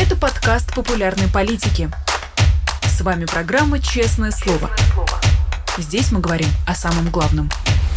Это подкаст популярной политики. С вами программа «Честное слово». Здесь мы говорим о самом главном.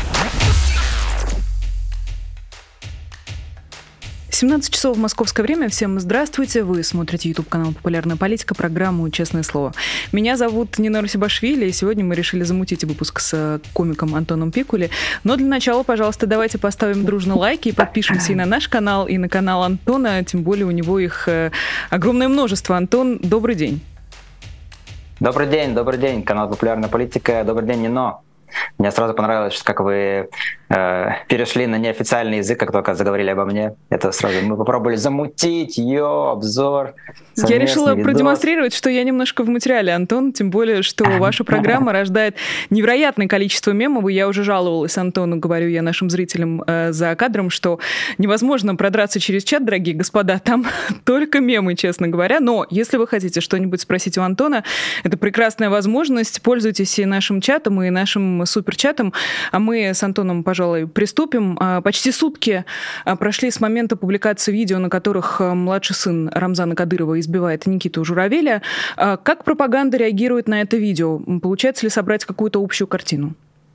17 часов в московское время. Всем здравствуйте. Вы смотрите YouTube-канал «Популярная политика», программу «Честное слово». Меня зовут Нина Русибашвили, и сегодня мы решили замутить выпуск с комиком Антоном Пикули. Но для начала, пожалуйста, давайте поставим дружно лайки и подпишемся и на наш канал, и на канал Антона, тем более у него их огромное множество. Антон, добрый день. Добрый день, канал «Популярная политика». Добрый день, Нино. Мне сразу понравилось, как вы перешли на неофициальный язык, как только заговорили обо мне. Это сразу мы попробовали замутить обзор. Я решила продемонстрировать, что я немножко в материале, Антон, тем более, что ваша программа рождает невероятное количество мемов, и я уже жаловалась Антону, говорю я нашим зрителям за кадром, что невозможно продраться через чат, дорогие господа, там только мемы, честно говоря, но если вы хотите что-нибудь спросить у Антона, это прекрасная возможность, пользуйтесь и нашим чатом, и нашим суперчатом, а мы с Антоном, пожалуй, приступим. Почти сутки прошли с момента публикации видео, на которых младший сын Рамзана Кадырова избивает Никиту Журавеля. Как пропаганда реагирует на это видео? Получается ли собрать какую-то общую картину?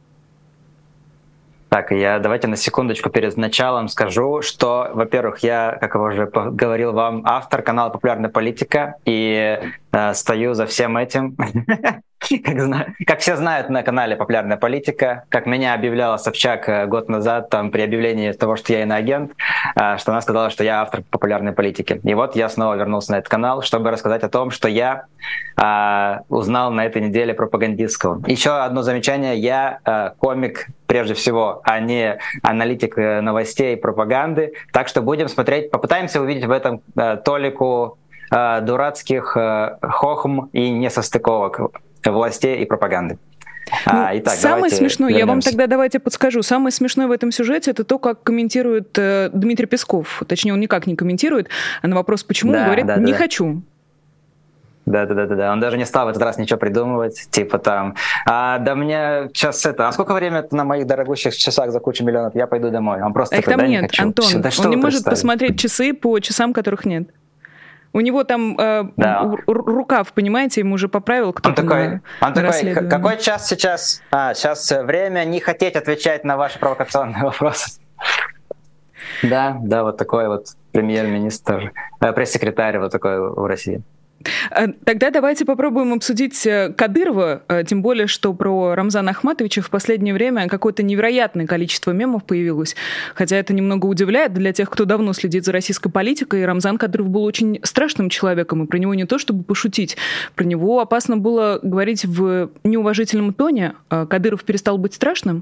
Так, я давайте на секундочку перед началом скажу, что, во-первых, я, как я уже говорил вам, автор канала «Популярная политика», и стою за всем этим. Как все знают на канале «Популярная политика», как меня объявляла Собчак год назад там, при объявлении того, что я иноагент, что она сказала, что я автор популярной политики. И вот я снова вернулся на этот канал, чтобы рассказать о том, что я узнал на этой неделе пропагандистского. Еще одно замечание. Я комик прежде всего, а не аналитик новостей и пропаганды. Так что будем смотреть, попытаемся увидеть в этом толику дурацких хохм и несостыковок властей и пропаганды. Итак, самое смешное, я вам тогда давайте подскажу, самое смешное в этом сюжете это то, как комментирует Дмитрий Песков. Точнее, он никак не комментирует, а на вопрос «почему?» он говорит «не хочу». Да. Он даже не стал в этот раз ничего придумывать, типа там, да мне сейчас а сколько времени на моих дорогущих часах за кучу миллионов, я пойду домой. Он просто такой, там нет, Антон, он не может посмотреть часы по часам, которых нет. У него там рукав, понимаете, ему уже поправил кто-то. Он такой, какой час сейчас? Сейчас время не хотеть отвечать на ваши провокационные вопросы. Да, вот такой вот премьер-министр, пресс-секретарь вот такой в России. Тогда давайте попробуем обсудить Кадырова, тем более, что про Рамзана Ахматовича в последнее время какое-то невероятное количество мемов появилось, хотя это немного удивляет для тех, кто давно следит за российской политикой. Рамзан Кадыров был очень страшным человеком, и про него не то чтобы пошутить, про него опасно было говорить в неуважительном тоне. Кадыров перестал быть страшным?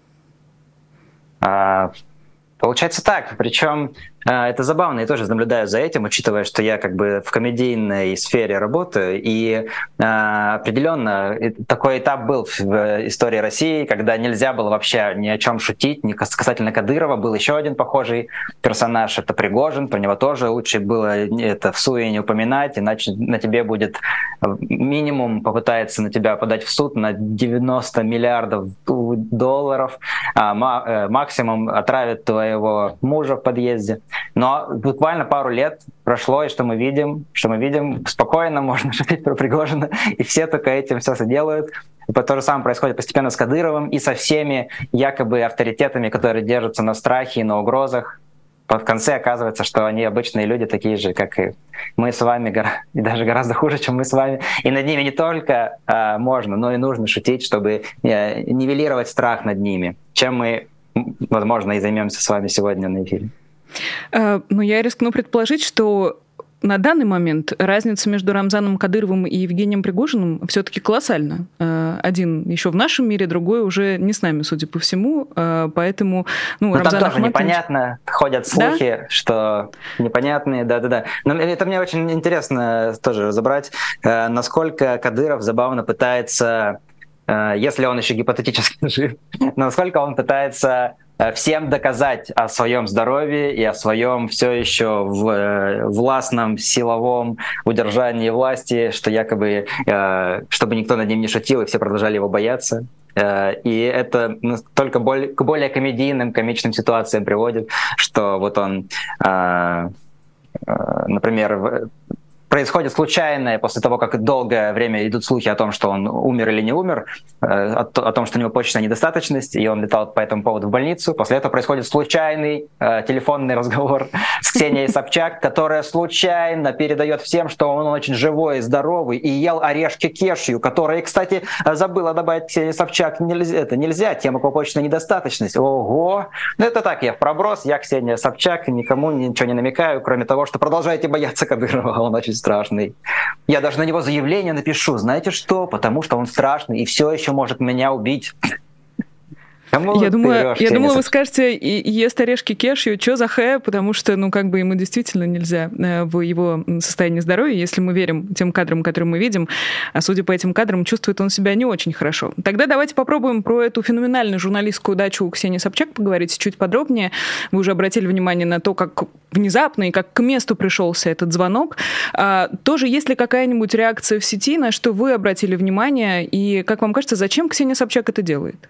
Получается так, причем это забавно, я тоже наблюдаю за этим, учитывая, что я как бы в комедийной сфере работаю, и определенно такой этап был в истории России, когда нельзя было вообще ни о чем шутить, не касательно Кадырова. Был еще один похожий персонаж, это Пригожин, про него тоже лучше было это в суе не упоминать, иначе на тебе будет минимум попытается на тебя подать в суд на 90 миллиардов долларов, максимум отравит твоего мужа в подъезде. Но буквально пару лет прошло, и что мы видим, спокойно можно шутить про Пригожина, и все только этим все делают. И то же самое происходит постепенно с Кадыровым и со всеми якобы авторитетами, которые держатся на страхе и на угрозах. В конце оказывается, что они обычные люди, такие же, как и мы с вами, и даже гораздо хуже, чем мы с вами. И над ними не только можно, но и нужно шутить, чтобы нивелировать страх над ними, чем мы, возможно, и займемся с вами сегодня на эфире. Но я рискну предположить, что на данный момент разница между Рамзаном Кадыровым и Евгением Пригожиным все-таки колоссальна. Один еще в нашем мире, другой уже не с нами, судя по всему. Поэтому, Рамзан там тоже непонятно, ходят слухи, что непонятные, да. Но это мне очень интересно тоже разобрать, насколько Кадыров забавно пытается, если он еще гипотетически жив, насколько он пытается всем доказать о своем здоровье и о своем все еще властном силовом удержании власти, что якобы, чтобы никто над ним не шутил, и все продолжали его бояться. И это только к более комичным ситуациям приводит, что вот он, например, происходит случайное после того, как долгое время идут слухи о том, что он умер или не умер, о том, что у него почечная недостаточность, и он летал по этому поводу в больницу. После этого происходит случайный телефонный разговор с Ксенией Собчак, которая случайно передает всем, что он очень живой и здоровый, и ел орешки кешью, которые, кстати, забыла добавить Ксении Собчак. Нельзя, тема почечная недостаточность. Ого! Ну это так, я в проброс, я Ксения Собчак, никому ничего не намекаю, кроме того, что продолжайте бояться Кадырова, он очень страшный. Я даже на него заявление напишу, знаете что? Потому что он страшный и все еще может меня убить. Я думала, вы скажете, ест орешки кешью, что за хэ, потому что, ему действительно нельзя в его состоянии здоровья, если мы верим тем кадрам, которые мы видим, а судя по этим кадрам, чувствует он себя не очень хорошо. Тогда давайте попробуем про эту феноменальную журналистскую удачу Ксении Собчак поговорить чуть подробнее. Вы уже обратили внимание на то, как внезапно и как к месту пришелся этот звонок. Тоже есть ли какая-нибудь реакция в сети, на что вы обратили внимание, и, как вам кажется, зачем Ксения Собчак это делает?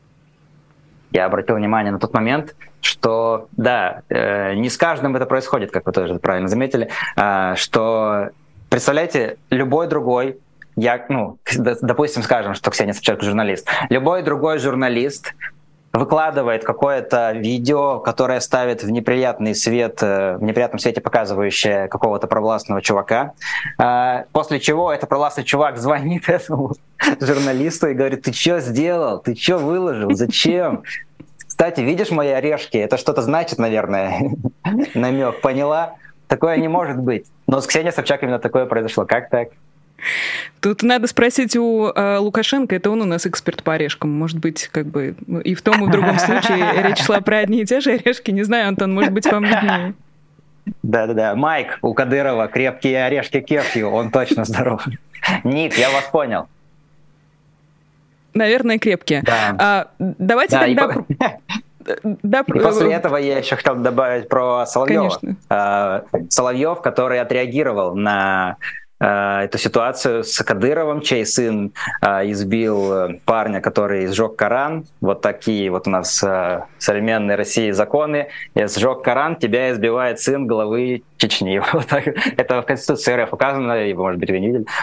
Я обратил внимание на тот момент, что, да, не с каждым это происходит, как вы тоже правильно заметили, что, представляете, любой другой, допустим, скажем, что Ксения Собчак журналист, любой другой журналист выкладывает какое-то видео, которое ставит в неприятный свет, в неприятном свете показывающее какого-то провластного чувака, после чего этот провластный чувак звонит этому журналисту и говорит: ты что сделал? Ты что выложил? Зачем? Кстати, видишь мои орешки? Это что-то значит, наверное. Намек, поняла? Такое не может быть. Но с Ксенией Собчак именно такое произошло. Как так? Тут надо спросить у Лукашенко, это он у нас эксперт по орешкам. Может быть, и в том, и в другом случае речь шла про одни и те же орешки. Не знаю, Антон, может быть, вам виднее. Да. Майк, у Кадырова крепкие орешки кешью, он точно здоров. Ник, я вас понял. Наверное, крепкие. Да. Давайте тогда... И после этого я еще хотел добавить про Соловьева. Конечно. Соловьев, который отреагировал на эту ситуацию с Кадыровым, чей сын избил парня, который сжег Коран. Вот такие вот у нас в современной России законы. Сжег Коран, тебя избивает сын главы Чечни. Вот так. Это в Конституции РФ указано, может быть, вы не видели.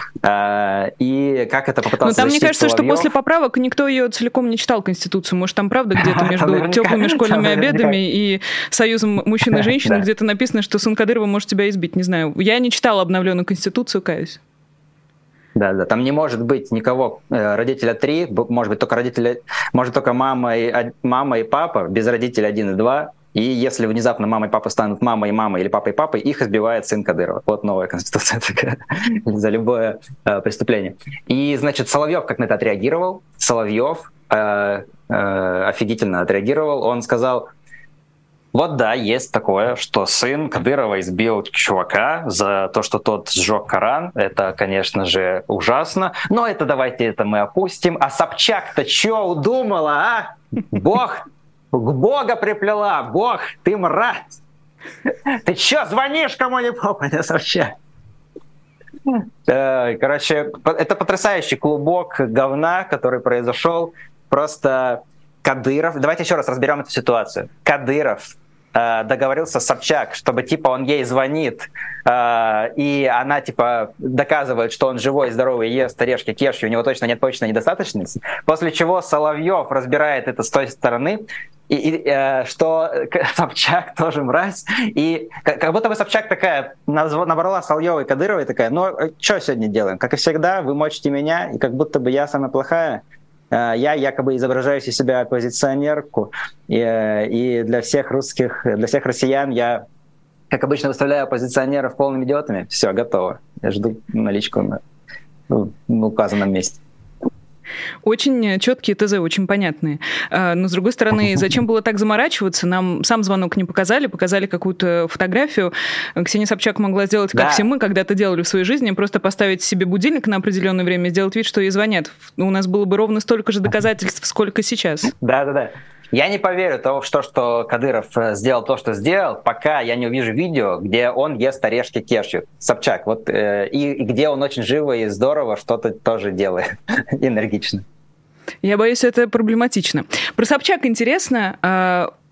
И как это попытался защитить Соловьев? Мне кажется, что после поправок никто ее целиком не читал, Конституцию. Может, там правда где-то между теплыми школьными обедами и Союзом мужчин и женщин где-то написано, что сын Кадырова может тебя избить. Не знаю. Я не читала обновленную Конституцию, каюсь. Да, там не может быть никого родителя 3, может быть только мама и папа, без родителей 1 и 2. И если внезапно мама и папа станут мамой и мамой или папой и папой, их избивает сын Кадырова. Вот новая конституция такая за любое преступление. И, значит, Соловьев как на это отреагировал. Соловьев офигительно отреагировал. Он сказал: вот да, есть такое, что сын Кадырова избил чувака за то, что тот сжег Коран. Это, конечно же, ужасно. Но давайте мы опустим. А Собчак-то что удумала, а? Бога приплела! Бог, ты мразь! Ты чё звонишь кому-нибудь, Собчак? Короче, это потрясающий клубок говна, который произошел. Просто Кадыров... Давайте еще раз разберем эту ситуацию. Кадыров договорился с Собчак, чтобы он ей звонит, и она доказывает, что он живой, здоровый, ест орешки кешью, у него точно нет почечной недостаточности. После чего Соловьев разбирает это с той стороны, и что Собчак тоже мразь. И как будто бы Собчак такая набрала Соловьева и Кадырова и такая: ну, что сегодня делаем? Как и всегда, вы мочите меня, и как будто бы я самая плохая. Я якобы изображаю из себя оппозиционерку, и для всех россиян я, как обычно, выставляю оппозиционеров полными идиотами. Все, готово. Я жду наличку на указанном месте. Очень четкие ТЗ, очень понятные. Но, с другой стороны, зачем было так заморачиваться? Нам сам звонок не показали какую-то фотографию. Ксения Собчак могла сделать, как все мы когда-то делали в своей жизни, просто поставить себе будильник на определенное время, сделать вид, что ей звонят. У нас было бы ровно столько же доказательств, сколько сейчас. Да. Я не поверю в то, что Кадыров сделал то, что сделал, пока я не увижу видео, где он ест орешки кешью. Собчак. И где он очень живо и здорово что-то тоже делает. Энергично. Я боюсь, это проблематично. Про Собчак интересно.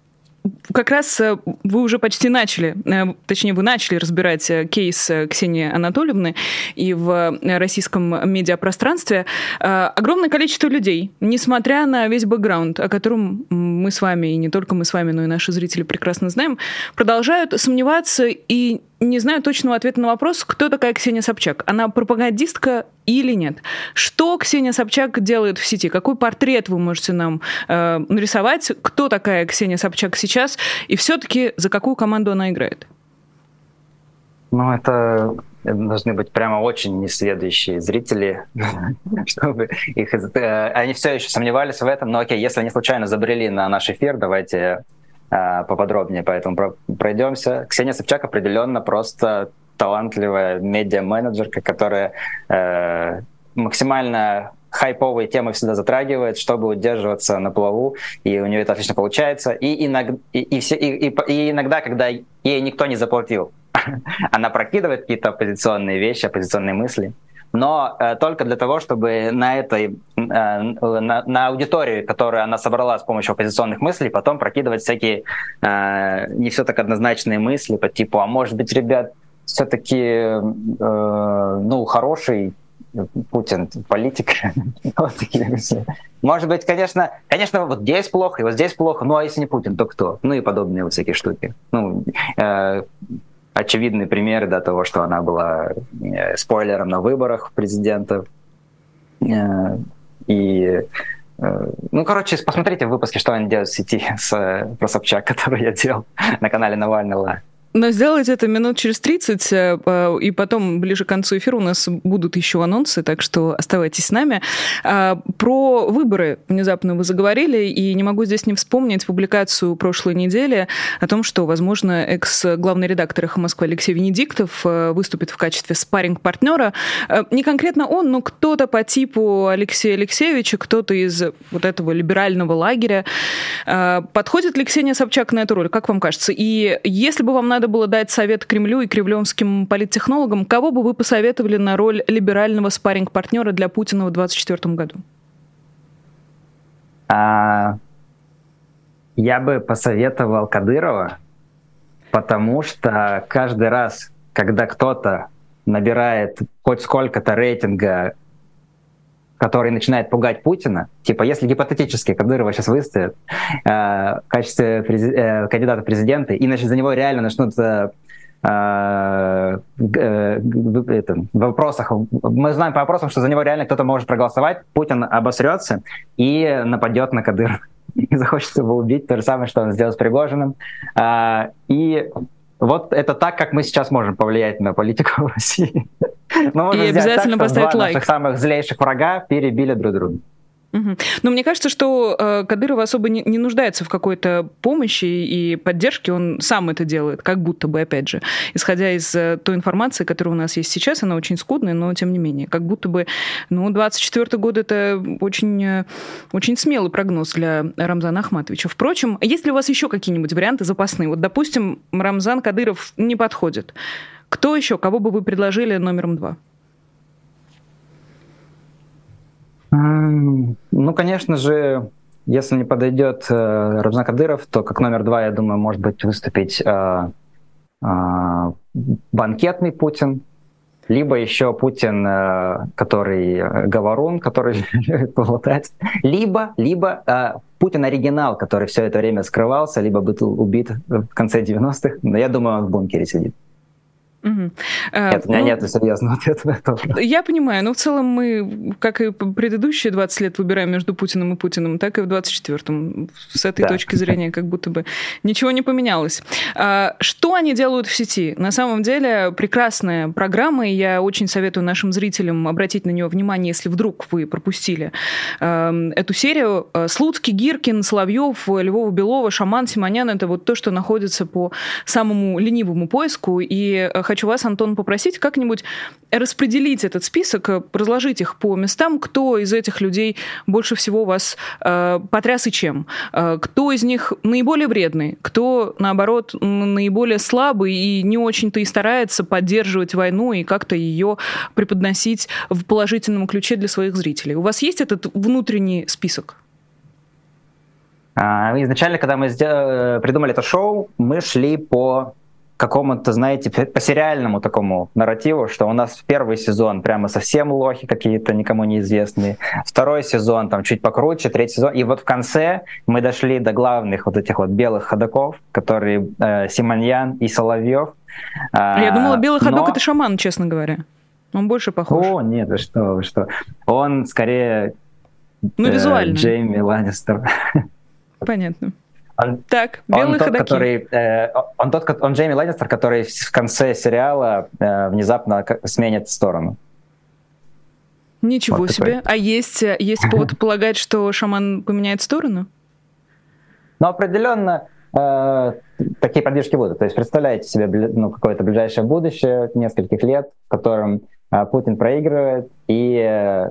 как раз вы уже почти начали, точнее, вы начали разбирать кейс Ксении Анатольевны и в российском медиапространстве. Огромное количество людей, несмотря на весь бэкграунд, о котором мы с вами, и не только мы с вами, но и наши зрители прекрасно знаем, продолжают сомневаться и не знаю точного ответа на вопрос, кто такая Ксения Собчак. Она пропагандистка или нет? Что Ксения Собчак делает в сети? Какой портрет вы можете нам нарисовать? Кто такая Ксения Собчак сейчас? И все-таки за какую команду она играет? Ну, это должны быть прямо очень несведущие зрители, чтобы их... Они все еще сомневались в этом, но окей, если они случайно забрели на наш эфир, давайте поподробнее по этому пройдемся. Ксения Собчак определенно просто талантливая медиа-менеджерка, которая максимально хайповые темы всегда затрагивает, чтобы удерживаться на плаву, и у нее это отлично получается. И иногда, когда ей никто не заплатил, она прокидывает какие-то оппозиционные вещи, оппозиционные мысли, но только для того, чтобы на аудиторию, которую она собрала с помощью оппозиционных мыслей, потом прокидывать всякие не все так однозначные мысли по типу, а может быть, ребят, все-таки хороший Путин, политик. Вот такие мысли. Может быть, конечно, вот здесь плохо, и вот здесь плохо, ну а если не Путин, то кто? Ну и подобные вот всякие штуки. Очевидные примеры того, что она была спойлером на выборах президента. Посмотрите в выпуске, что они делают в сети про Собчак, который я делал на канале Навального. Но сделать это минут через 30, и потом, ближе к концу эфира, у нас будут еще анонсы, так что оставайтесь с нами. Про выборы внезапно вы заговорили, и не могу здесь не вспомнить публикацию прошлой недели о том, что, возможно, экс-главный редактор «Эхо Москвы» Алексей Венедиктов выступит в качестве спарринг-партнера. Не конкретно он, но кто-то по типу Алексея Алексеевича, кто-то из вот этого либерального лагеря. Подходит ли Ксения Собчак на эту роль, как вам кажется? И если бы вам надо было дать совет Кремлю и кремлевским политтехнологам, кого бы вы посоветовали на роль либерального спарринг-партнера для Путина в 2024 году? Я бы посоветовал Кадырова, потому что каждый раз, когда кто-то набирает хоть сколько-то рейтинга, который начинает пугать Путина, типа, если гипотетически Кадырова сейчас выставят в качестве кандидата в президенты, и за него реально начнут в вопросах, мы знаем по вопросам, что за него реально кто-то может проголосовать, Путин обосрется и нападет на Кадырова. И захочет его убить, то же самое, что он сделал с Пригожиным. И вот это так, как мы сейчас можем повлиять на политику в России. Мы можем и обязательно так, поставить два лайк. Наших самых злейших врага перебили друг друга. Угу. Но мне кажется, что Кадыров особо не нуждается в какой-то помощи и поддержке, он сам это делает, как будто бы, опять же. Исходя из той информации, которая у нас есть сейчас, она очень скудная, но тем не менее. Как будто бы, 24-й год — это очень, очень смелый прогноз для Рамзана Ахматовича. Впрочем, есть ли у вас еще какие-нибудь варианты запасные? Вот, допустим, Рамзан Кадыров не подходит. Кто еще? Кого бы вы предложили номером 2? Конечно же, если не подойдет Рамзан Кадыров, то как номер 2, я думаю, может быть выступить банкетный Путин, либо еще Путин, который говорун, который любит поболтать, либо Путин-оригинал, который все это время скрывался, либо был убит в конце 90-х, но я думаю, он в бункере сидит. Угу. Нет, у меня нет серьезного ответа на это. Я понимаю, но в целом мы, как и предыдущие 20 лет, выбираем между Путиным и Путиным, так и в 24-м. С этой точки зрения как будто бы ничего не поменялось. Что они делают в сети? На самом деле прекрасная программа, и я очень советую нашим зрителям обратить на нее внимание, если вдруг вы пропустили эту серию. Слуцкий, Гиркин, Соловьев, Львова-Белова, Шаман, Симонян — это вот то, что находится по самому ленивому поиску, и хочу вас, Антон, попросить как-нибудь распределить этот список, разложить их по местам, кто из этих людей больше всего вас потряс и чем. Кто из них наиболее вредный, кто, наоборот, наиболее слабый и не очень-то и старается поддерживать войну и как-то ее преподносить в положительном ключе для своих зрителей. У вас есть этот внутренний список? Изначально, когда мы придумали это шоу, мы шли по какому-то, знаете, по сериальному такому нарративу, что у нас первый сезон прямо совсем лохи какие-то, никому неизвестные. Второй сезон там чуть покруче, третий сезон. И вот в конце мы дошли до главных вот этих вот белых ходоков, которые Симоньян и Соловьев. Я думала, белый ходок — это шаман, честно говоря. Он больше похож. О, нет, вы что. Он скорее визуально. Джейми Ланнистер. Понятно. Так, белые ходаки. Он Джейми Ланнистер, который в конце сериала внезапно сменит сторону. Ничего вот себе. Такой. А есть повод полагать, что шаман поменяет сторону? Ну, определенно такие подвижки будут. То есть представляете себе какое-то ближайшее будущее, нескольких лет, в котором Путин проигрывает, и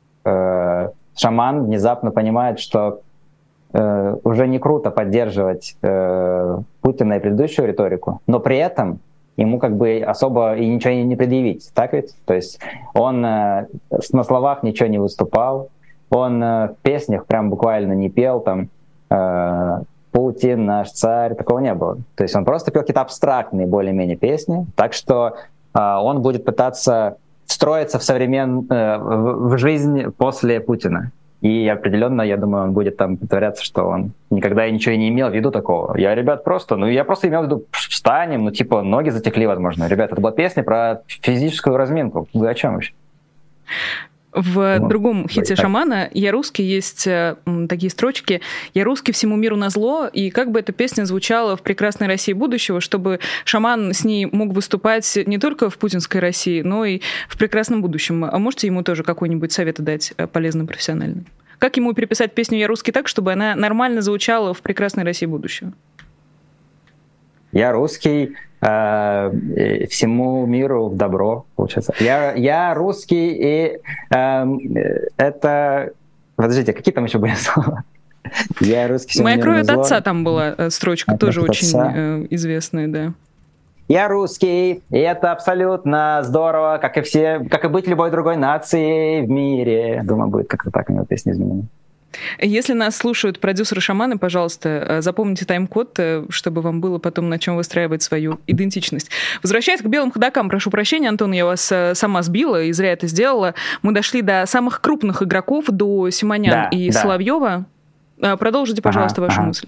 шаман внезапно понимает, что уже не круто поддерживать Путина и предыдущую риторику, но при этом ему как бы особо и ничего не предъявить, так ведь? То есть он на словах ничего не выступал, он в песнях прям буквально не пел там «Путин наш царь», такого не было. То есть он просто пел какие-то абстрактные более-менее песни, так что он будет пытаться встроиться в жизнь после Путина. И определенно, я думаю, он будет там притворяться, что он никогда и ничего и не имел в виду такого. Я имел в виду, встанем, ноги затекли, возможно. Ребят, это была песня про физическую разминку. Вы о чем вообще? В другом хите шамана «Я русский» есть такие строчки: «Я русский всему миру назло», и как бы эта песня звучала в прекрасной России будущего, чтобы шаман с ней мог выступать не только в путинской России, но и в прекрасном будущем. А можете ему тоже какой-нибудь совет дать полезный, профессиональный? Как ему переписать песню «Я русский» так, чтобы она нормально звучала в прекрасной России будущего? Я русский, всему миру в добро, получается. Я русский, и это... Подождите, какие там еще были слова? Я русский, всему «Моя миру кровь в от зло. отца» там была строчка, тоже очень известная, да. Я русский, и это абсолютно здорово, как и быть любой другой нацией в мире. Думаю, будет как-то так у него песня изменена. Если нас слушают продюсеры-шаманы, пожалуйста, запомните тайм-код, чтобы вам было потом на чем выстраивать свою идентичность. Возвращаясь к белым ходокам, прошу прощения, Антон, я вас сама сбила и зря это сделала. Мы дошли до самых крупных игроков, до Симонян и Соловьева. Продолжите, пожалуйста, вашу мысль.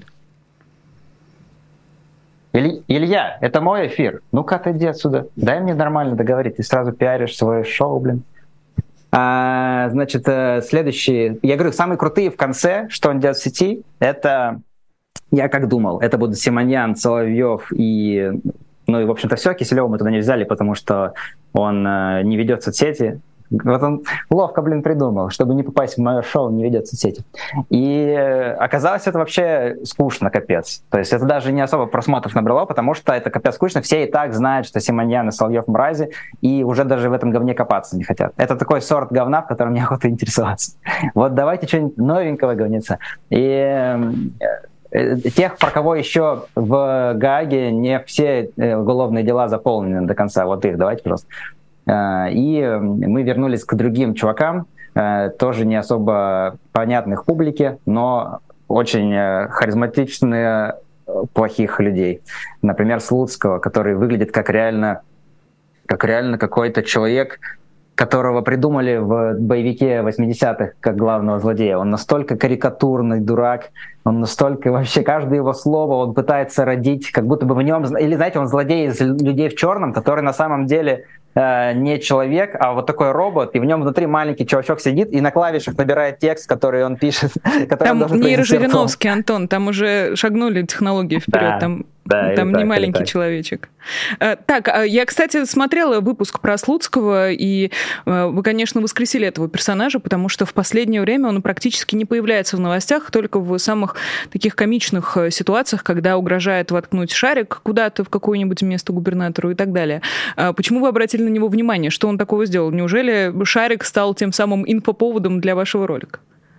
Илья, это мой эфир. Ну-ка, отойди отсюда. Дай мне нормально договорить. Ты сразу пиаришь свое шоу, блин. Значит, следующие... Я говорю, самые крутые в конце, что он делает в сети, это... Я как думал, это будут Симоньян, Соловьев и... Ну и, в общем-то, все. Киселева мы туда не взяли, потому что он не ведет соцсети. Вот он ловко, придумал, чтобы не попасть в мое шоу, не ведет соцсети. И оказалось, это вообще скучно, капец. То есть это даже не особо просмотров набрало, потому что это капец скучно. Все и так знают, что Симоньян и Соловьев мрази, и уже даже в этом говне копаться не хотят. Это такой сорт говна, в котором неохота интересоваться. Вот давайте что-нибудь новенького говниться. И тех, про кого еще в Гааге не все уголовные дела заполнены до конца, вот их давайте просто. И мы вернулись к другим чувакам, тоже не особо понятных публике, но очень харизматичные, плохих людей. Например, Слуцкого, который выглядит как реально какой-то человек, которого придумали в боевике 80-х как главного злодея. Он настолько карикатурный дурак, он настолько вообще каждое его слово он пытается родить, как будто бы в нем... Или, знаете, он злодей из людей в черном, который на самом деле не человек, а вот такой робот, и в нем внутри маленький чувачок сидит и на клавишах набирает текст, который он пишет. Там не Жириновский, Антон, там уже шагнули технологии вперед, там не маленький человечек. Так, я, кстати, смотрела выпуск про Слуцкого, и вы, конечно, воскресили этого персонажа, потому что в последнее время он практически не появляется в новостях, только в самых таких комичных ситуациях, когда угрожает воткнуть шарик куда-то в какое-нибудь место губернатору и так далее. Почему вы обратили на него внимание? Что он такого сделал? Неужели шарик стал тем самым инфоповодом для вашего ролика?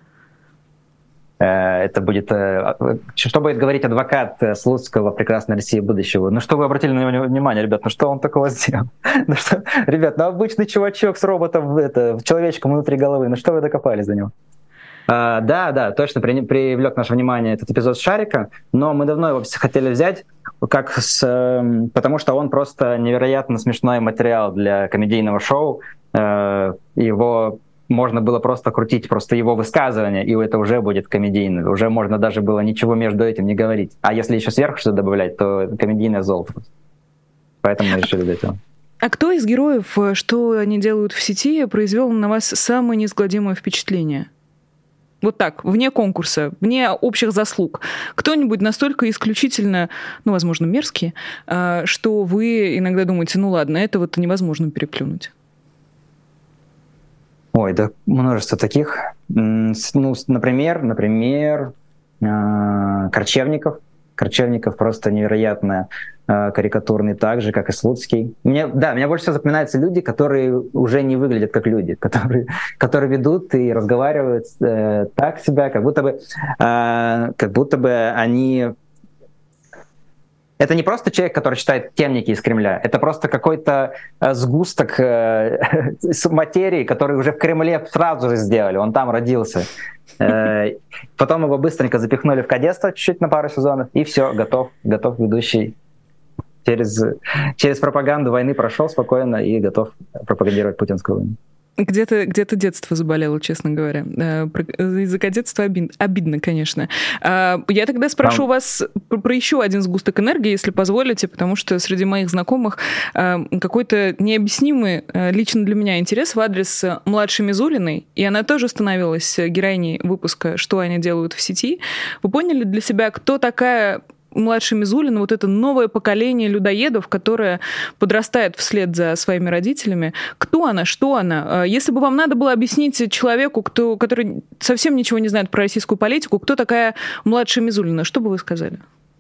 Это будет... Что будет говорить адвокат Слуцкого «Прекрасной России будущего»? Ну что вы обратили на него внимание, ребят? Ну что он такого сделал? Ребят, обычный чувачок с роботом, человечком внутри головы. Ну что вы докопались до него? Да, точно привлек наше внимание этот эпизод Шарика, но мы давно его хотели взять, потому что он просто невероятно смешной материал для комедийного шоу. Его можно было просто крутить, просто его высказывание, и это уже будет комедийно. Уже можно даже было ничего между этим не говорить. А если еще сверху что-то добавлять, то комедийное золото. Поэтому мы решили взять его. А кто из героев, что они делают в сети, произвел на вас самое неизгладимое впечатление? Вот так, вне конкурса, вне общих заслуг. Кто-нибудь настолько исключительно, возможно, мерзкий, что вы иногда думаете, ладно, этого-то невозможно переплюнуть. Ой, да множество таких. Например, Корчевников. Корчевников просто невероятно карикатурный, так же, как и Слуцкий. Мне больше всего запоминаются люди, которые уже не выглядят как люди, которые ведут и разговаривают так себя, как будто бы они... Это не просто человек, который читает темники из Кремля, это просто какой-то сгусток материи, который уже в Кремле сразу же сделали, он там родился. Потом его быстренько запихнули в кадетство чуть-чуть на пару сезонов, и все, готов ведущий. Через пропаганду войны прошел спокойно и готов пропагандировать путинскую войну. Где-то детство заболело, честно говоря. Из-за кадетства обидно, конечно. Я тогда спрошу вас про еще один сгусток энергии, если позволите, потому что среди моих знакомых какой-то необъяснимый лично для меня интерес в адрес младшей Мизулиной, и она тоже становилась героиней выпуска «Что они делают в сети». Вы поняли для себя, кто такая младшая Мизулина, вот это новое поколение людоедов, которое подрастает вслед за своими родителями? Кто она, что она? Если бы вам надо было объяснить человеку, который совсем ничего не знает про российскую политику, кто такая младшая Мизулина, что бы вы сказали?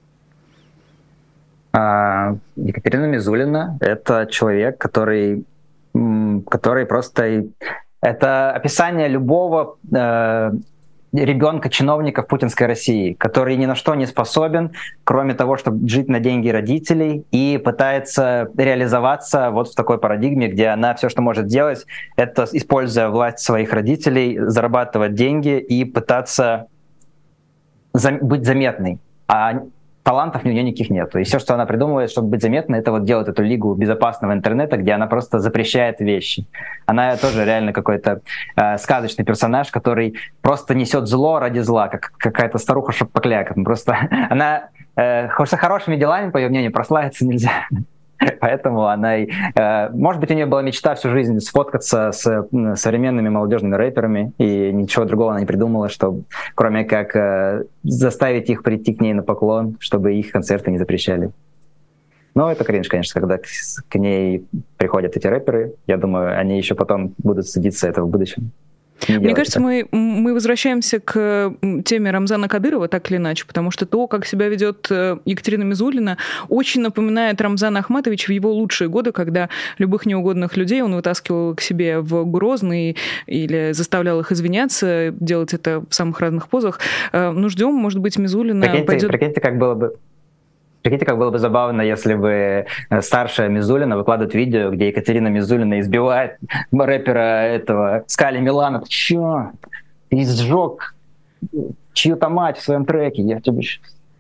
Екатерина Мизулина — это человек, который просто... Это описание любого ребенка чиновников путинской России, который ни на что не способен, кроме того, чтобы жить на деньги родителей, и пытается реализоваться вот в такой парадигме, где она все, что может делать, это, используя власть своих родителей, зарабатывать деньги и пытаться быть заметной. А талантов у нее никаких нету. И все, что она придумывает, чтобы быть заметной, это вот делать эту лигу безопасного интернета, где она просто запрещает вещи. Она тоже реально какой-то сказочный персонаж, который просто несет зло ради зла, как какая-то старуха-шапокляк. Просто она со хорошими делами, по ее мнению, прославиться нельзя. Поэтому она... Может быть, у нее была мечта всю жизнь сфоткаться с современными молодежными рэперами, и ничего другого она не придумала, кроме как заставить их прийти к ней на поклон, чтобы их концерты не запрещали. Но это кринж, конечно, когда к ней приходят эти рэперы. Я думаю, они еще потом будут стыдиться этого в будущем. Мне кажется, мы возвращаемся к теме Рамзана Кадырова, так или иначе, потому что то, как себя ведет Екатерина Мизулина, очень напоминает Рамзана Ахматовича в его лучшие годы, когда любых неугодных людей он вытаскивал к себе в Грозный или заставлял их извиняться, делать это в самых разных позах. Ну, ждем, может быть, Мизулина пойдет... Прикиньте, как было бы забавно, если бы старшая Мизулина выкладывает видео, где Екатерина Мизулина избивает рэпера этого Скали Милана. Ты чё? Ты сжёг чью-то мать в своем треке, я тебе сейчас...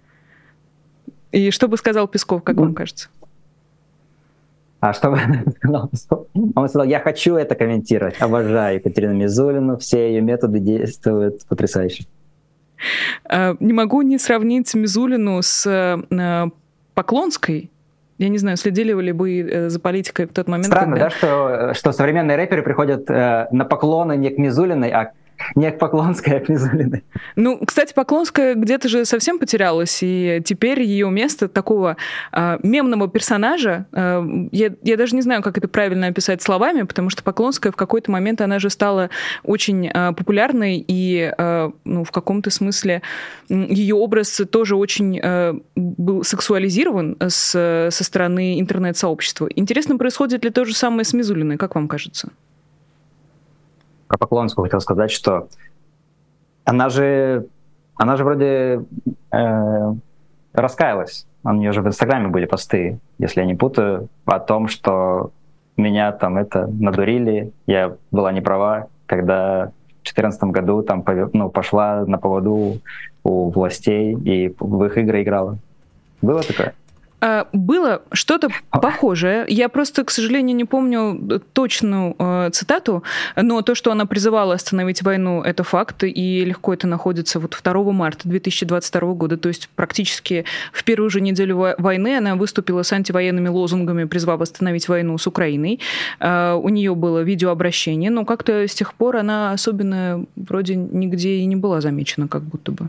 И что бы сказал Песков, как вам кажется? А что бы сказал Песков? Он сказал, я хочу это комментировать, обожаю Екатерину Мизулину, все ее методы действуют потрясающе. Не могу не сравнить Мизулину с Поклонской. Я не знаю, следили ли вы за политикой в тот момент, Странно, да, что современные рэперы приходят на поклоны не к Мизулиной, а не к Поклонской, а к Мизулиной. Ну, кстати, Поклонская где-то же совсем потерялась, и теперь ее место такого мемного персонажа, я даже не знаю, как это правильно описать словами, потому что Поклонская в какой-то момент, она же стала очень популярной, и в каком-то смысле ее образ тоже очень был сексуализирован со стороны интернет-сообщества. Интересно, происходит ли то же самое с Мизулиной, как вам кажется? Про Поклонскую хотел сказать, что она же вроде раскаялась. У нее же в Инстаграме были посты, если я не путаю, о том, что меня там надурили, я была не права, когда 2014 году там, пошла на поводу у властей и в их игры играла. Было такое? Было что-то похожее. Я просто, к сожалению, не помню точную цитату, но то, что она призывала остановить войну, это факт, и легко это находится 2 марта 2022 года, то есть практически в первую же неделю войны она выступила с антивоенными лозунгами, призвав остановить войну с Украиной. У нее было видеообращение, но как-то с тех пор она особенно вроде нигде и не была замечена, как будто бы.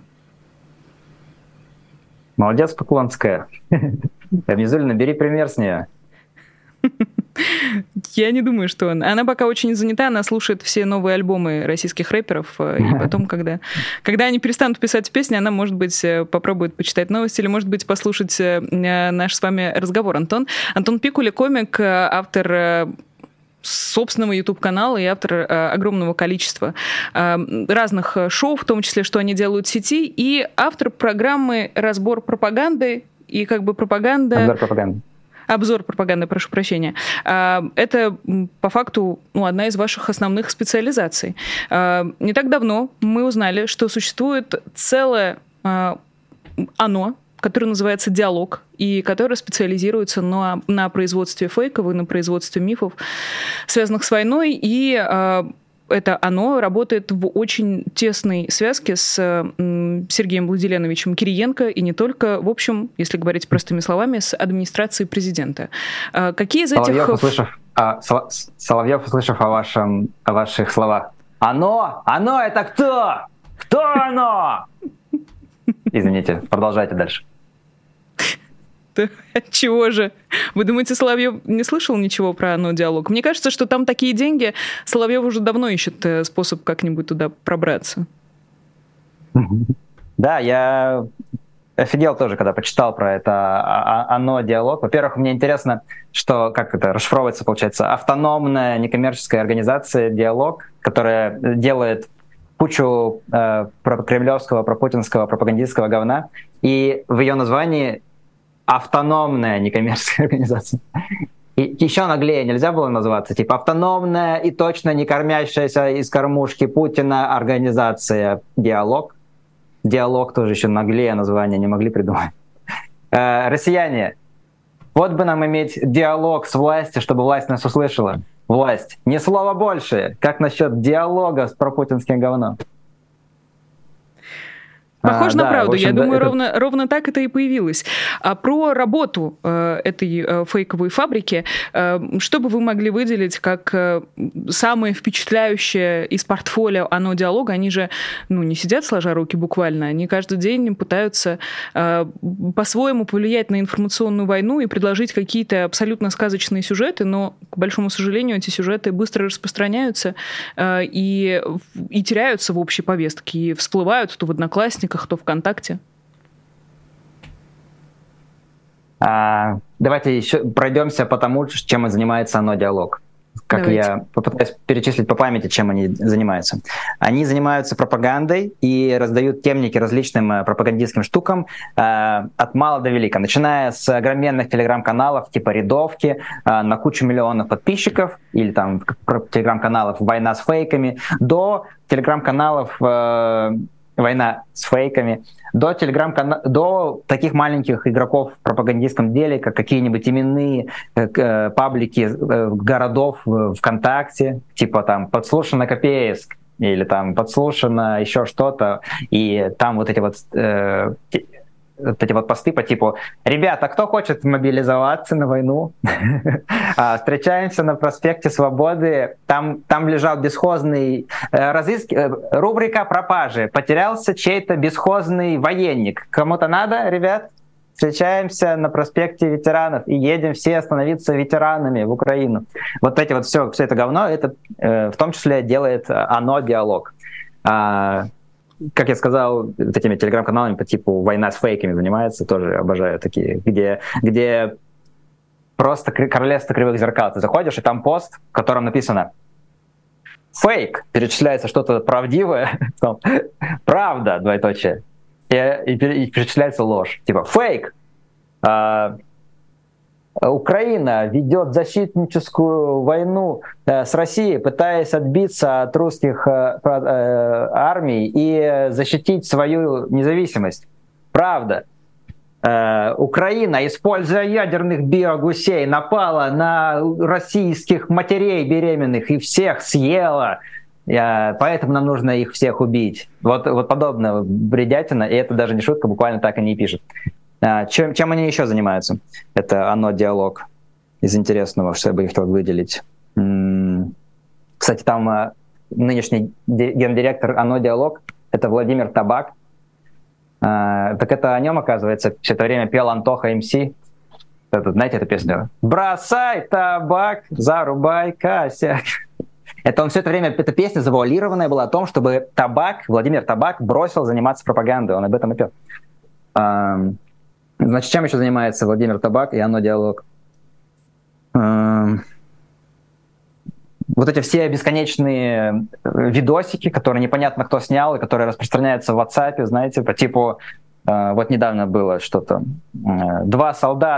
Молодец, Поклонская. Обязательно бери пример с нее. Я не думаю, что она пока очень занята, она слушает все новые альбомы российских рэперов, и потом, когда они перестанут писать песни, она, может быть, попробует почитать новости или, может быть, послушать наш с вами разговор. Антон Пикуля, комик, автор собственного YouTube-канала и автор огромного количества разных шоу, в том числе, что они делают в сети, и автор программы «Разбор пропаганды», и как бы пропаганда... Обзор пропаганды, прошу прощения. Это, по факту, одна из ваших основных специализаций. Не так давно мы узнали, что существует целое ОНО, которое называется «Диалог», и которое специализируется на производстве фейков и на производстве мифов, связанных с войной, и это оно работает в очень тесной связке с Сергеем Владиленовичем Кириенко и не только, в общем, если говорить простыми словами, с администрацией президента. Какие из этих... Соловьев, услышав о ваших словах, оно это кто? Кто оно? Извините, продолжайте дальше. Чего же? Вы думаете, Соловьев не слышал ничего про «Оно диалог»? Мне кажется, что там такие деньги, Соловьев уже давно ищет способ как-нибудь туда пробраться. Да, я офигел тоже, когда почитал про это «Оно диалог». Во-первых, мне интересно, что, как это расшифровывается, получается, автономная некоммерческая организация «Диалог», которая делает кучу кремлевского, пропутинского, пропагандистского говна, и в ее названии автономная некоммерческая организация. И еще наглее нельзя было называться, типа автономная и точно не кормящаяся из кормушки Путина организация «Диалог». «Диалог» тоже еще наглее название не могли придумать. Россияне, вот бы нам иметь диалог с властью, чтобы власть нас услышала. Власть, ни слова больше. Как насчет диалога с пропутинским говном? Похоже на правду. Общем, я думаю, ровно так это и появилось. А про работу этой фейковой фабрики, что бы вы могли выделить как самое впечатляющее из портфолио «Оно диалога»? Они же не сидят сложа руки буквально, они каждый день пытаются по-своему повлиять на информационную войну и предложить какие-то абсолютно сказочные сюжеты, но, к большому сожалению, эти сюжеты быстро распространяются и теряются в общей повестке, и всплывают то в «Одноклассниках», то ВКонтакте. Давайте еще пройдемся по тому, чем занимается «Оно диалог». Я попытаюсь перечислить по памяти, чем они занимаются. Они занимаются пропагандой и раздают темники различным пропагандистским штукам от мала до велика, начиная с огроменных телеграм-каналов типа «Рядовки» на кучу миллионов подписчиков или там телеграм-каналов «Война с фейками» до телеграм-каналов «Война с фейками», до таких маленьких игроков в пропагандистском деле, как какие-нибудь именные паблики городов ВКонтакте, типа там «Подслушано Копейск» или там «Подслушано еще что-то», и там вот эти вот посты по типу «Ребята, кто хочет мобилизоваться на войну? Встречаемся на проспекте Свободы, там лежал бесхозный рубрика пропажи. Потерялся чей-то бесхозный военник. Кому-то надо, ребят? Встречаемся на проспекте Ветеранов и едем все становиться ветеранами в Украину». Вот эти вот все это говно, это в том числе делает «Оно диалог». Как я сказал, такими телеграм-каналами по типу «Война с фейками» занимается, тоже обожаю такие, где просто королевство кривых зеркал. Ты заходишь, и там пост, в котором написано «Фейк», перечисляется что-то правдивое, «Правда», двоеточие, и перечисляется ложь. Типа «Фейк», Украина ведет защитническую войну с Россией, пытаясь отбиться от русских армий и защитить свою независимость. Правда. Украина, используя ядерных биогусей, напала на российских матерей беременных и всех съела. Поэтому нам нужно их всех убить. Вот подобная бредятина, и это даже не шутка, буквально так они и пишут. Чем они еще занимаются? Это «Оно диалог» из интересного, что я бы хотел выделить. Кстати, там нынешний гендиректор «Оно диалог» — это Владимир Табак. Так это о нем, оказывается, все это время пел Антоха МС. Знаете эту песню? «Бросай табак, зарубай косяк». Это он все это время, эта песня завуалированная была о том, чтобы Владимир Табак бросил заниматься пропагандой. Он об этом и пел. Значит, чем еще занимается Владимир Табак и «Оно диалог»? Вот эти все бесконечные видосики, которые непонятно кто снял, и которые распространяются в WhatsApp, знаете, по типу, вот недавно было что-то, два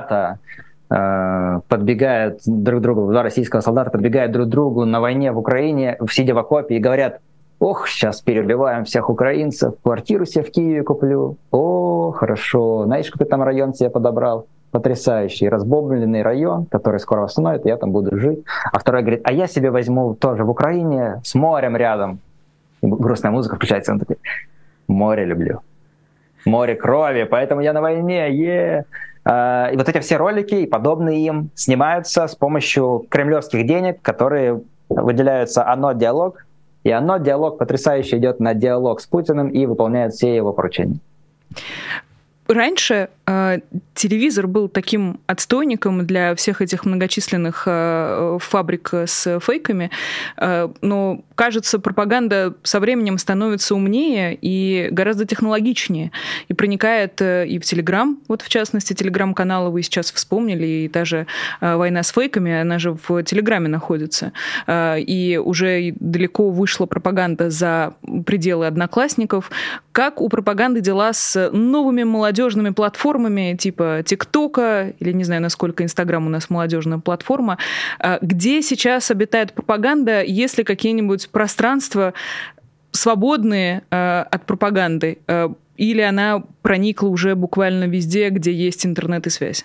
российского солдата подбегают друг к другу на войне в Украине, сидя в окопе, и говорят: ох, сейчас переубиваем всех украинцев, квартиру себе в Киеве куплю, о, хорошо, знаешь, какой там район себе подобрал? Потрясающий, разбомбленный район, который скоро восстановят, я там буду жить. А второй говорит: а я себе возьму тоже в Украине с морем рядом. И грустная музыка включается, он такой: море люблю, море крови, поэтому я на войне, И вот эти все ролики и подобные им снимаются с помощью кремлевских денег, которые выделяются «Оно диалог», и «Оно диалог» потрясающе идет на диалог с Путиным и выполняет все его поручения. Раньше телевизор был таким отстойником для всех этих многочисленных фабрик с фейками, но, кажется, пропаганда со временем становится умнее и гораздо технологичнее, и проникает и в Телеграм, вот в частности, Телеграм-каналы вы сейчас вспомнили, и та же «Война с фейками», она же в Телеграме находится, и уже далеко вышла пропаганда за пределы одноклассников. Как у пропаганды дела с новыми молодежными платформами типа ТикТока, или не знаю, насколько Инстаграм у нас молодежная платформа, где сейчас обитает пропаганда, есть ли какие-нибудь пространства свободные от пропаганды, или она проникла уже буквально везде, где есть интернет и связь?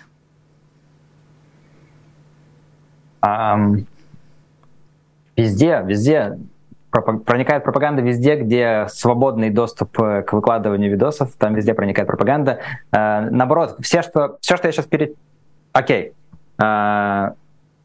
Везде. Проникает пропаганда везде, где свободный доступ к выкладыванию видосов, там везде проникает пропаганда. Наоборот, все, что я сейчас Окей. В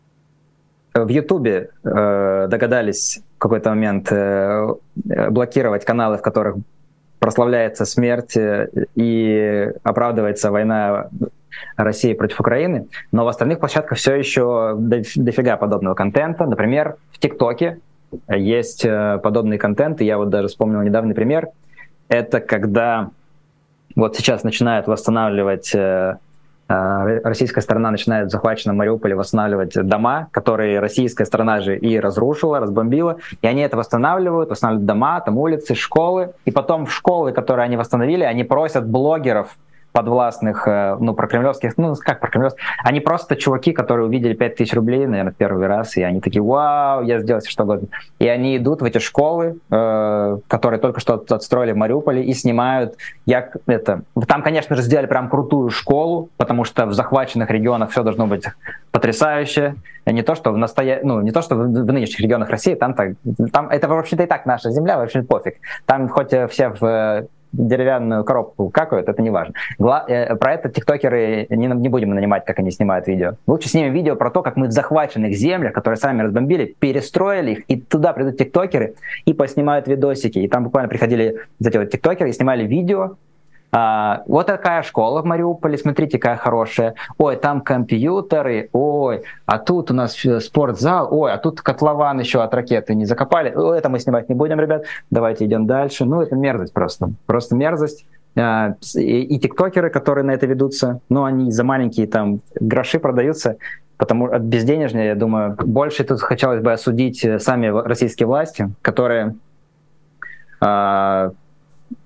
Ютубе догадались в какой-то момент блокировать каналы, в которых прославляется смерть и оправдывается война России против Украины, но в остальных площадках все еще дофига подобного контента. Например, в ТикТоке есть подобный контент, и я вот даже вспомнил недавний пример. Это когда вот сейчас начинают восстанавливать, российская сторона начинает в захваченном Мариуполе восстанавливать дома, которые российская сторона же и разрушила, разбомбила, и они это восстанавливают дома, там улицы, школы, и потом в школы, которые они восстановили, они просят блогеров подвластных, прокремлевских, прокремлевских, они просто чуваки, которые увидели 5000 рублей, наверное, в первый раз, и они такие: вау, я сделал что угодно. И они идут в эти школы, которые только что отстроили в Мариуполе, и снимают. Там, конечно же, сделали прям крутую школу, потому что в захваченных регионах все должно быть потрясающе. Не то, что в нынешних регионах России, там это, в общем-то, и так наша земля, в общем, пофиг. Там хоть все в деревянную коробку какают, это не важно. Про это тиктокеры не будем нанимать, как они снимают видео. Лучше снимем видео про то, как мы в захваченных землях, которые сами разбомбили, перестроили их, и туда придут тиктокеры и поснимают видосики. И там буквально приходили эти вот тиктокеры и снимали видео. Вот такая школа в Мариуполе, смотрите, какая хорошая. Ой, там компьютеры, ой, а тут у нас спортзал, ой, а тут котлован еще от ракеты не закопали. Ой, это мы снимать не будем, ребят, давайте идем дальше. Это мерзость просто мерзость. И тиктокеры, которые на это ведутся, они за маленькие там гроши продаются, потому от безденежья, я думаю, больше тут хотелось бы осудить сами российские власти, которые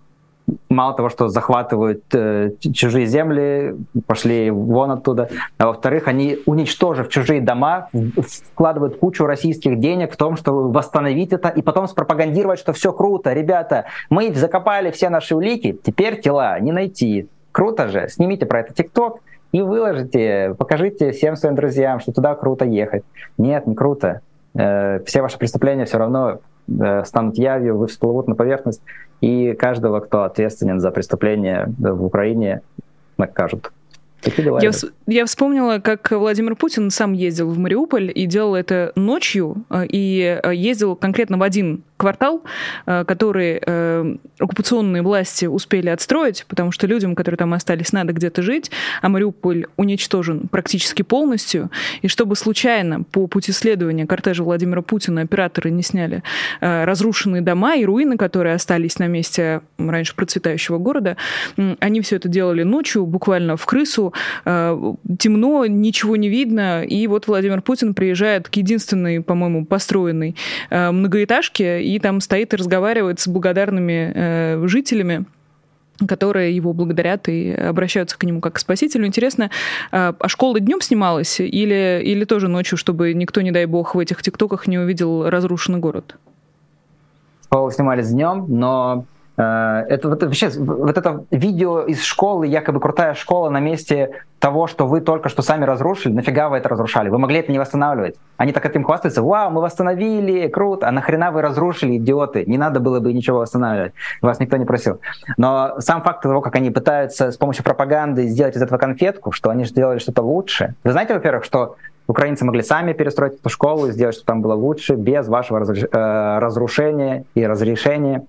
мало того, что захватывают чужие земли, пошли вон оттуда, а во-вторых, они, уничтожив чужие дома, вкладывают кучу российских денег в том, чтобы восстановить это и потом спропагандировать, что все круто, ребята, мы закопали все наши улики, теперь тела не найти. Круто же, снимите про это ТикТок и выложите, покажите всем своим друзьям, что туда круто ехать. Нет, не круто. Все ваши преступления все равно станут явью, вы всплывут на поверхность, и каждого, кто ответственен за преступления в Украине, накажут. Я вспомнила, как Владимир Путин сам ездил в Мариуполь и делал это ночью, и ездил конкретно в один квартал, который оккупационные власти успели отстроить, потому что людям, которые там остались, надо где-то жить, а Мариуполь уничтожен практически полностью. И чтобы случайно по пути следования кортежа Владимира Путина операторы не сняли разрушенные дома и руины, которые остались на месте раньше процветающего города, они все это делали ночью, буквально в крысу, темно, ничего не видно, и вот Владимир Путин приезжает к единственной, по-моему, построенной многоэтажке, и там стоит и разговаривает с благодарными жителями, которые его благодарят и обращаются к нему как к спасителю. Интересно, а школа днем снималась или тоже ночью, чтобы никто, не дай бог, в этих тиктоках не увидел разрушенный город? Школу снимались днем, но это вообще вот это видео из школы, якобы крутая школа на месте того, что вы только что сами разрушили, нафига вы это разрушали? Вы могли это не восстанавливать. Они так этим хвастаются: вау, мы восстановили, круто, а нахрена вы разрушили, идиоты? Не надо было бы ничего восстанавливать, вас никто не просил. Но сам факт того, как они пытаются с помощью пропаганды сделать из этого конфетку, что они сделали что-то лучше. Вы знаете, во-первых, что украинцы могли сами перестроить эту школу и сделать, чтобы там было лучше, без вашего разрушения и разрешения.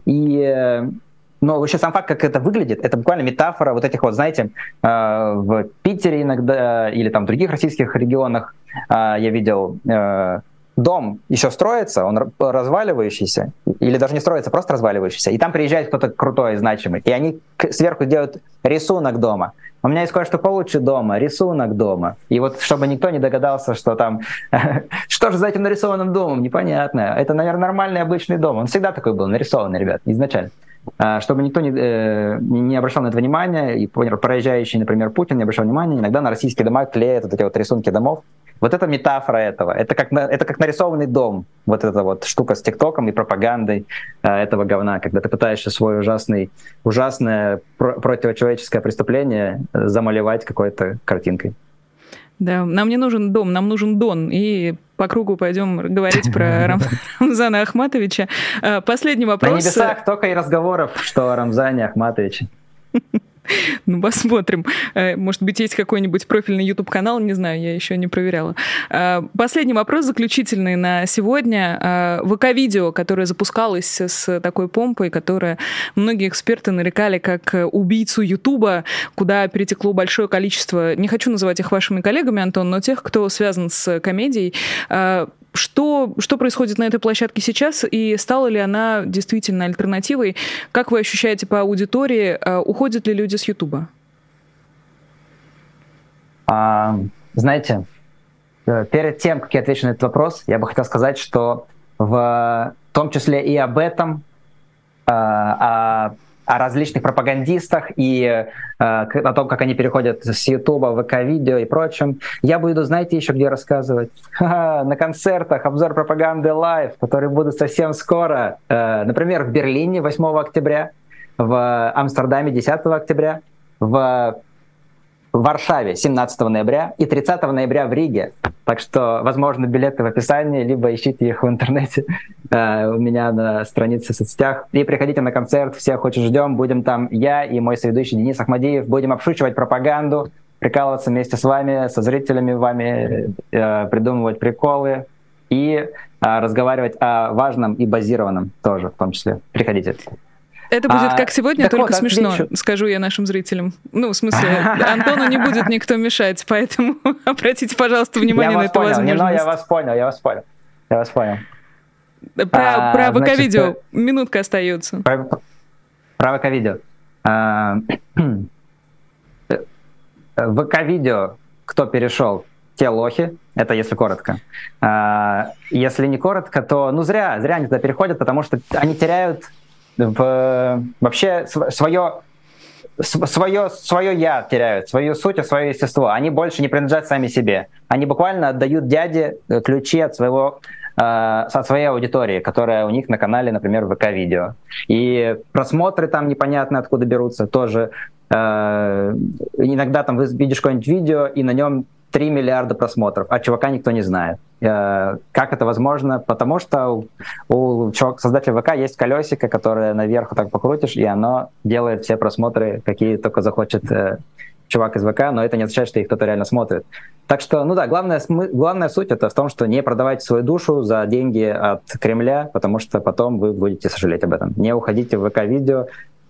Но вообще сам факт, как это выглядит, это буквально метафора вот этих вот, знаете, в Питере иногда или там в других российских регионах я видел, дом еще строится, он разваливающийся, или даже не строится, просто разваливающийся, и там приезжает кто-то крутой и значимый, и они сверху делают рисунок дома. У меня есть кое-что получше дома, рисунок дома. И вот чтобы никто не догадался, что там... Что же за этим нарисованным домом? Непонятно. Это, наверное, нормальный обычный дом. Он всегда такой был, нарисованный, ребят, изначально. Чтобы никто не обращал на это внимания, и проезжающий, например, Путин не обращал внимания, иногда на российские дома клеят вот эти вот рисунки домов. Вот это метафора этого. Это как нарисованный дом. Вот эта вот штука с ТикТоком и пропагандой этого говна, когда ты пытаешься свое ужасное противочеловеческое преступление замалевать какой-то картинкой. Да, нам не нужен дом, нам нужен Дон. И по кругу пойдем говорить про Рамзана Ахматовича. Последний вопрос. На небесах только и разговоров, что о Рамзане Ахматовиче. Ну, посмотрим. Может быть, есть какой-нибудь профильный YouTube-канал, не знаю, я еще не проверяла. Последний вопрос, заключительный на сегодня. ВК-видео, которое запускалось с такой помпой, которое многие эксперты нарекали как убийцу Ютуба, куда перетекло большое количество, не хочу называть их вашими коллегами, Антон, но тех, кто связан с комедией. Что происходит на этой площадке сейчас, и стала ли она действительно альтернативой? Как вы ощущаете по аудитории? Уходят ли люди с Ютуба? Знаете, перед тем, как я отвечу на этот вопрос, я бы хотел сказать, что в том числе и об этом, о различных пропагандистах и о том, как они переходят с Ютуба в ВК-видео и прочем. Я буду, знаете, еще где рассказывать? На концертах обзор пропаганды лайв, которые будут совсем скоро. Например, в Берлине 8 октября, в Амстердаме 10 октября, в Варшаве 17 ноября и 30 ноября в Риге. Так что, возможно, билеты в описании, либо ищите их в интернете у меня на странице в соцсетях. И приходите на концерт, всех очень ждем. Будем там я и мой соведущий Денис Ахмадиев. Будем обшучивать пропаганду, прикалываться вместе с вами, со зрителями вами, придумывать приколы и разговаривать о важном и базированном тоже в том числе. Приходите. Это будет как сегодня, только вот, смешно, скажу я нашим зрителям. Ну, в смысле, Антону не будет никто мешать, поэтому обратите, пожалуйста, внимание на эту возможность. Я вас понял. Про ВК-видео минутка остается. Про ВК-видео. ВК-видео, кто перешел, те лохи, это если коротко. Если не коротко, то зря они туда переходят, потому что они теряют вообще свое я теряют, свою суть, свое естество. Они больше не принадлежат сами себе. Они буквально отдают дяде ключи от своей аудитории, которая у них на канале, например, ВК-видео. И просмотры там непонятно откуда берутся тоже. Иногда там видишь какое-нибудь видео, и на нем 3 миллиарда просмотров, а чувака никто не знает. Как это возможно? Потому что у создателя ВК есть колесико, которое наверх так покрутишь, и оно делает все просмотры, какие только захочет чувак из ВК, но это не означает, что их кто-то реально смотрит. Так что, главная суть это в том, что не продавайте свою душу за деньги от Кремля, потому что потом вы будете сожалеть об этом. Не уходите в ВК-видео,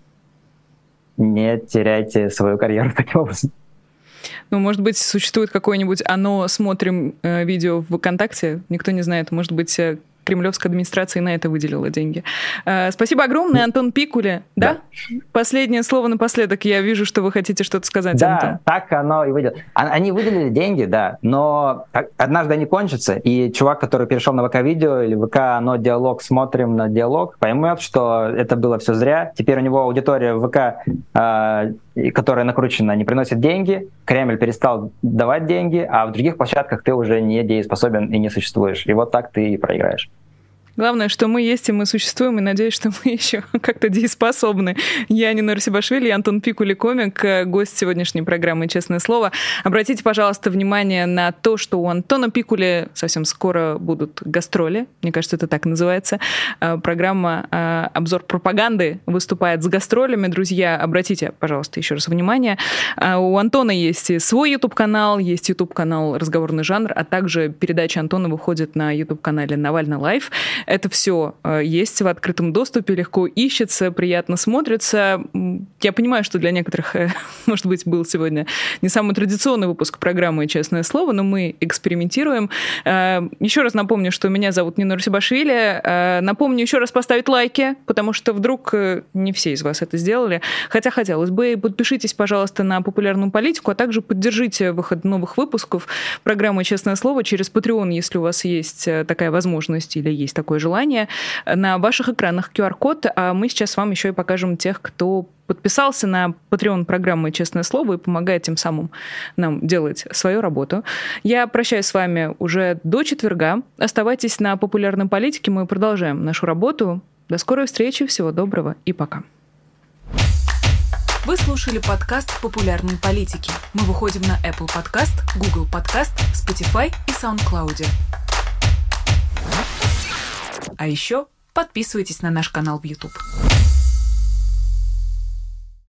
не теряйте свою карьеру таким образом. Ну, может быть, существует какое-нибудь «Оно смотрим» видео в ВКонтакте, никто не знает, может быть, кремлевская администрация и на это выделила деньги. Спасибо огромное, Антон Пикуля. Да? Последнее слово напоследок. Я вижу, что вы хотите что-то сказать, Антон. Да, так оно и выделило. Они выделили деньги, да, но однажды они кончатся, и чувак, который перешел на ВК-видео или ВК, оно диалог, смотрим на диалог, поймет, что это было все зря. Теперь у него аудитория в ВК, которая накручена, не приносит деньги, Кремль перестал давать деньги, а в других площадках ты уже не дееспособен и не существуешь. И вот так ты и проиграешь. Главное, что мы есть и мы существуем, и надеюсь, что мы еще как-то дееспособны. Я Нина Арсибашвили, Антон Пикуля, комик, гость сегодняшней программы «Честное слово». Обратите, пожалуйста, внимание на то, что у Антона Пикули совсем скоро будут гастроли. Мне кажется, это так называется. Программа «Обзор пропаганды» выступает с гастролями. Друзья, обратите, пожалуйста, еще раз внимание. У Антона есть свой YouTube-канал, есть YouTube-канал «Разговорный жанр», а также передача Антона выходит на YouTube-канале «Навальный лайв». Это все есть в открытом доступе, легко ищется, приятно смотрится. Я понимаю, что для некоторых, может быть, был сегодня не самый традиционный выпуск программы «Честное слово», но мы экспериментируем. Еще раз напомню, что меня зовут Нина Арсибашвили. Напомню еще раз поставить лайки, потому что вдруг не все из вас это сделали. Хотя хотелось бы. Подпишитесь, пожалуйста, на «Популярную политику», а также поддержите выход новых выпусков программы «Честное слово» через Patreon, если у вас есть такая возможность или есть такое желание. На ваших экранах QR-код, а мы сейчас вам еще и покажем тех, кто подписался на Patreon программы «Честное слово» и помогает тем самым нам делать свою работу. Я прощаюсь с вами уже до четверга. Оставайтесь на «Популярной политике», мы продолжаем нашу работу. До скорой встречи, всего доброго и пока. Вы слушали подкаст «Популярной политики». Мы выходим на Apple Podcast, Google Podcast, Spotify и SoundCloud. А еще подписывайтесь на наш канал в YouTube.